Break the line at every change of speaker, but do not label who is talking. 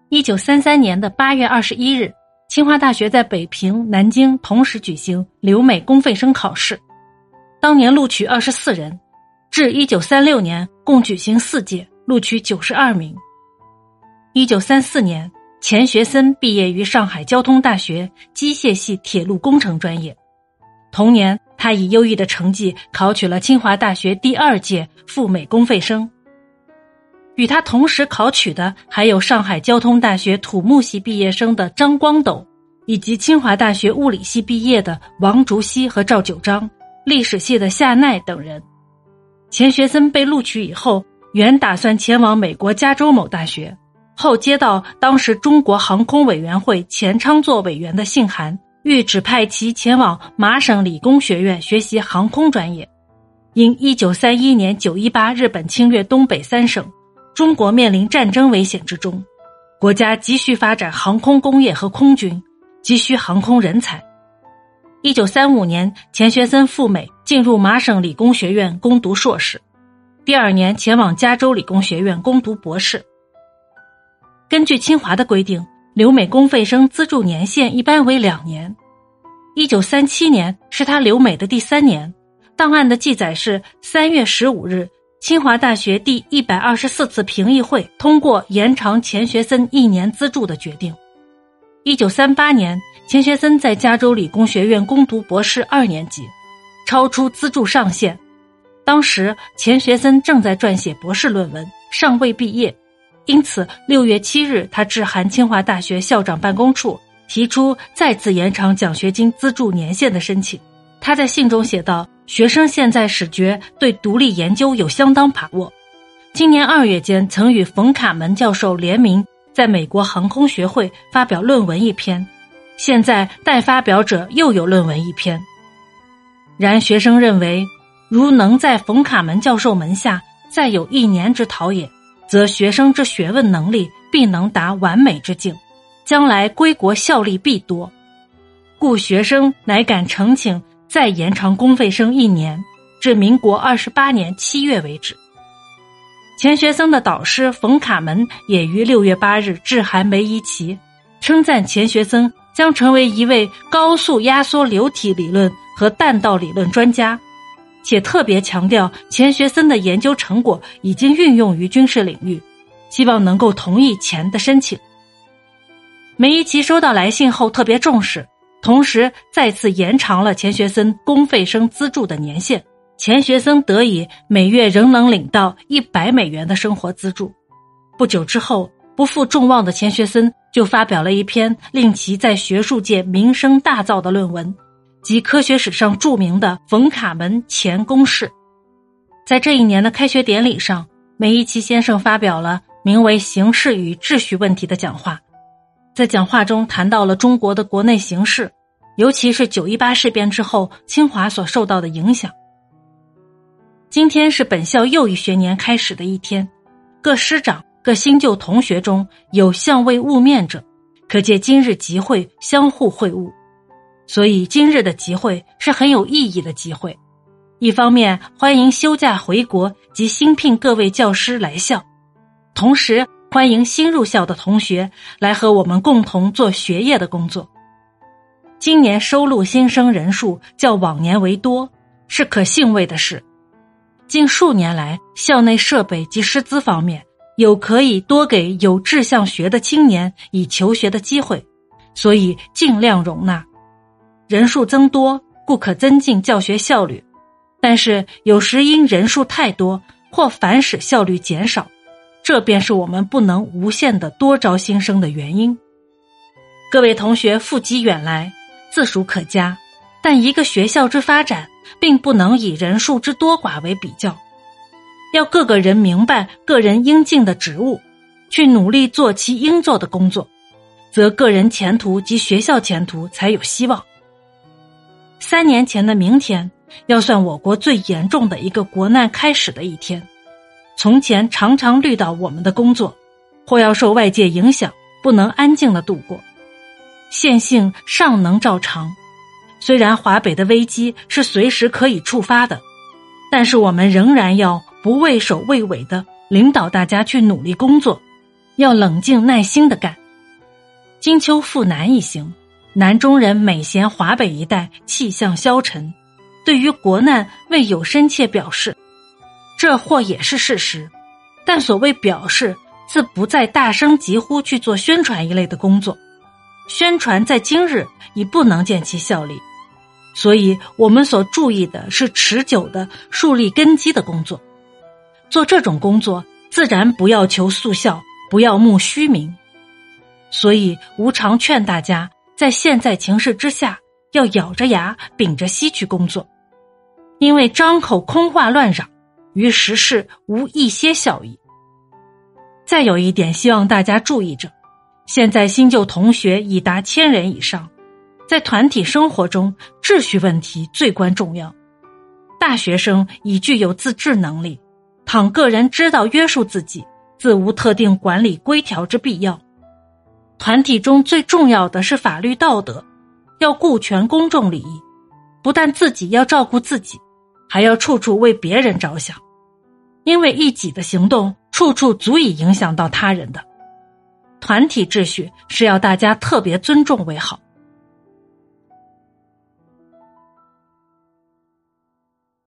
1933年的8月21日，清华大学在北平、南京同时举行留美公费生考试，当年录取24人，至1936年共举行4届，录取92名。1934年，钱学森毕业于上海交通大学机械系铁路工程专业。同年，他以优异的成绩考取了清华大学第2届赴美公费生。与他同时考取的还有上海交通大学土木系毕业生的张光斗，以及清华大学物理系毕业的王竹溪和赵九章，历史系的夏奈等人。钱学森被录取以后，原打算前往美国加州某大学，后接到当时中国航空委员会钱昌作委员的信函，欲指派其前往麻省理工学院学习航空专业。因1931年918日本侵略东北3省，中国面临战争危险之中，国家急需发展航空工业和空军，急需航空人才。1935年，钱学森赴美，进入麻省理工学院攻读硕士，第2年前往加州理工学院攻读博士。根据清华的规定，留美公费生资助年限一般为2年。1937年是他留美的第3年，档案的记载是3月15日，清华大学第124次评议会通过延长钱学森1年资助的决定。1938年，钱学森在加州理工学院攻读博士2年级，超出资助上限。当时钱学森正在撰写博士论文，尚未毕业，因此6月7日他致函清华大学校长办公处，提出再次延长奖学金资助年限的申请。他在信中写道，学生现在始觉对独立研究有相当把握，今年2月间曾与冯卡门教授联名在美国航空学会发表论文1篇，现在待发表者又有论文1篇。然学生认为，如能在冯卡门教授门下再有1年之陶冶，则学生之学问能力必能达完美之境，将来归国效力必多，故学生乃敢呈请再延长公费生1年，至民国28年7月为止。钱学森的导师冯卡门也于6月8日致函梅贻琦，称赞钱学森将成为一位高速压缩流体理论和弹道理论专家，且特别强调钱学森的研究成果已经运用于军事领域，希望能够同意钱的申请。梅贻琦收到来信后特别重视，同时再次延长了钱学森公费生资助的年限，钱学森得以每月仍能领到$100的生活资助。不久之后，不负众望的钱学森就发表了一篇令其在学术界名声大噪的论文，即科学史上著名的冯卡门钱公式。在这一年的开学典礼上，梅贻琦先生发表了名为《形势与秩序问题》的讲话。在讲话中谈到了中国的国内形势，尤其是918事变之后清华所受到的影响。今天是本校又一学年开始的一天，各师长、各新旧同学中有相位晤面者，可借今日集会相互会晤。所以今日的集会是很有意义的集会，一方面欢迎休假回国及新聘各位教师来校，同时欢迎新入校的同学来和我们共同做学业的工作。今年收录新生人数较往年为多，是可欣慰的事。近数年来，校内设备及师资方面有可以多给有志向学的青年以求学的机会，所以尽量容纳。人数增多，故可增进教学效率，但是有时因人数太多，或反使效率减少，这便是我们不能无限的多招新生的原因。各位同学富集远来，自属可嘉，但一个学校之发展并不能以人数之多寡为比较，要各个人明白个人应尽的职务，去努力做其应做的工作，则个人前途及学校前途才有希望。3年前的明天，要算我国最严重的一个国难开始的一天。从前常常虑到我们的工作，或要受外界影响，不能安静地度过。现幸尚能照常，虽然华北的危机是随时可以触发的，但是我们仍然要不畏首畏尾地领导大家去努力工作，要冷静耐心地干。 金秋赴南一行，南中人每嫌华北一带气象消沉，对于国难未有深切表示，这或也是事实，但所谓表示，自不再大声疾呼去做宣传一类的工作，宣传在今日已不能见其效力，所以我们所注意的是持久的树立根基的工作。做这种工作，自然不要求速效，不要慕虚名。所以吾常劝大家，在现在情势之下，要咬着牙屏着息去工作，因为张口空话乱嚷，于时事无一些效益。再有一点希望大家注意着，现在新旧同学已达1000人以上，在团体生活中，秩序问题最关重要。大学生已具有自治能力，倘个人知道约束自己，自无特定管理规条之必要。团体中最重要的是法律道德，要顾全公众利益，不但自己要照顾自己，还要处处为别人着想，因为一己的行动处处足以影响到他人的。团体秩序是要大家特别尊重为好。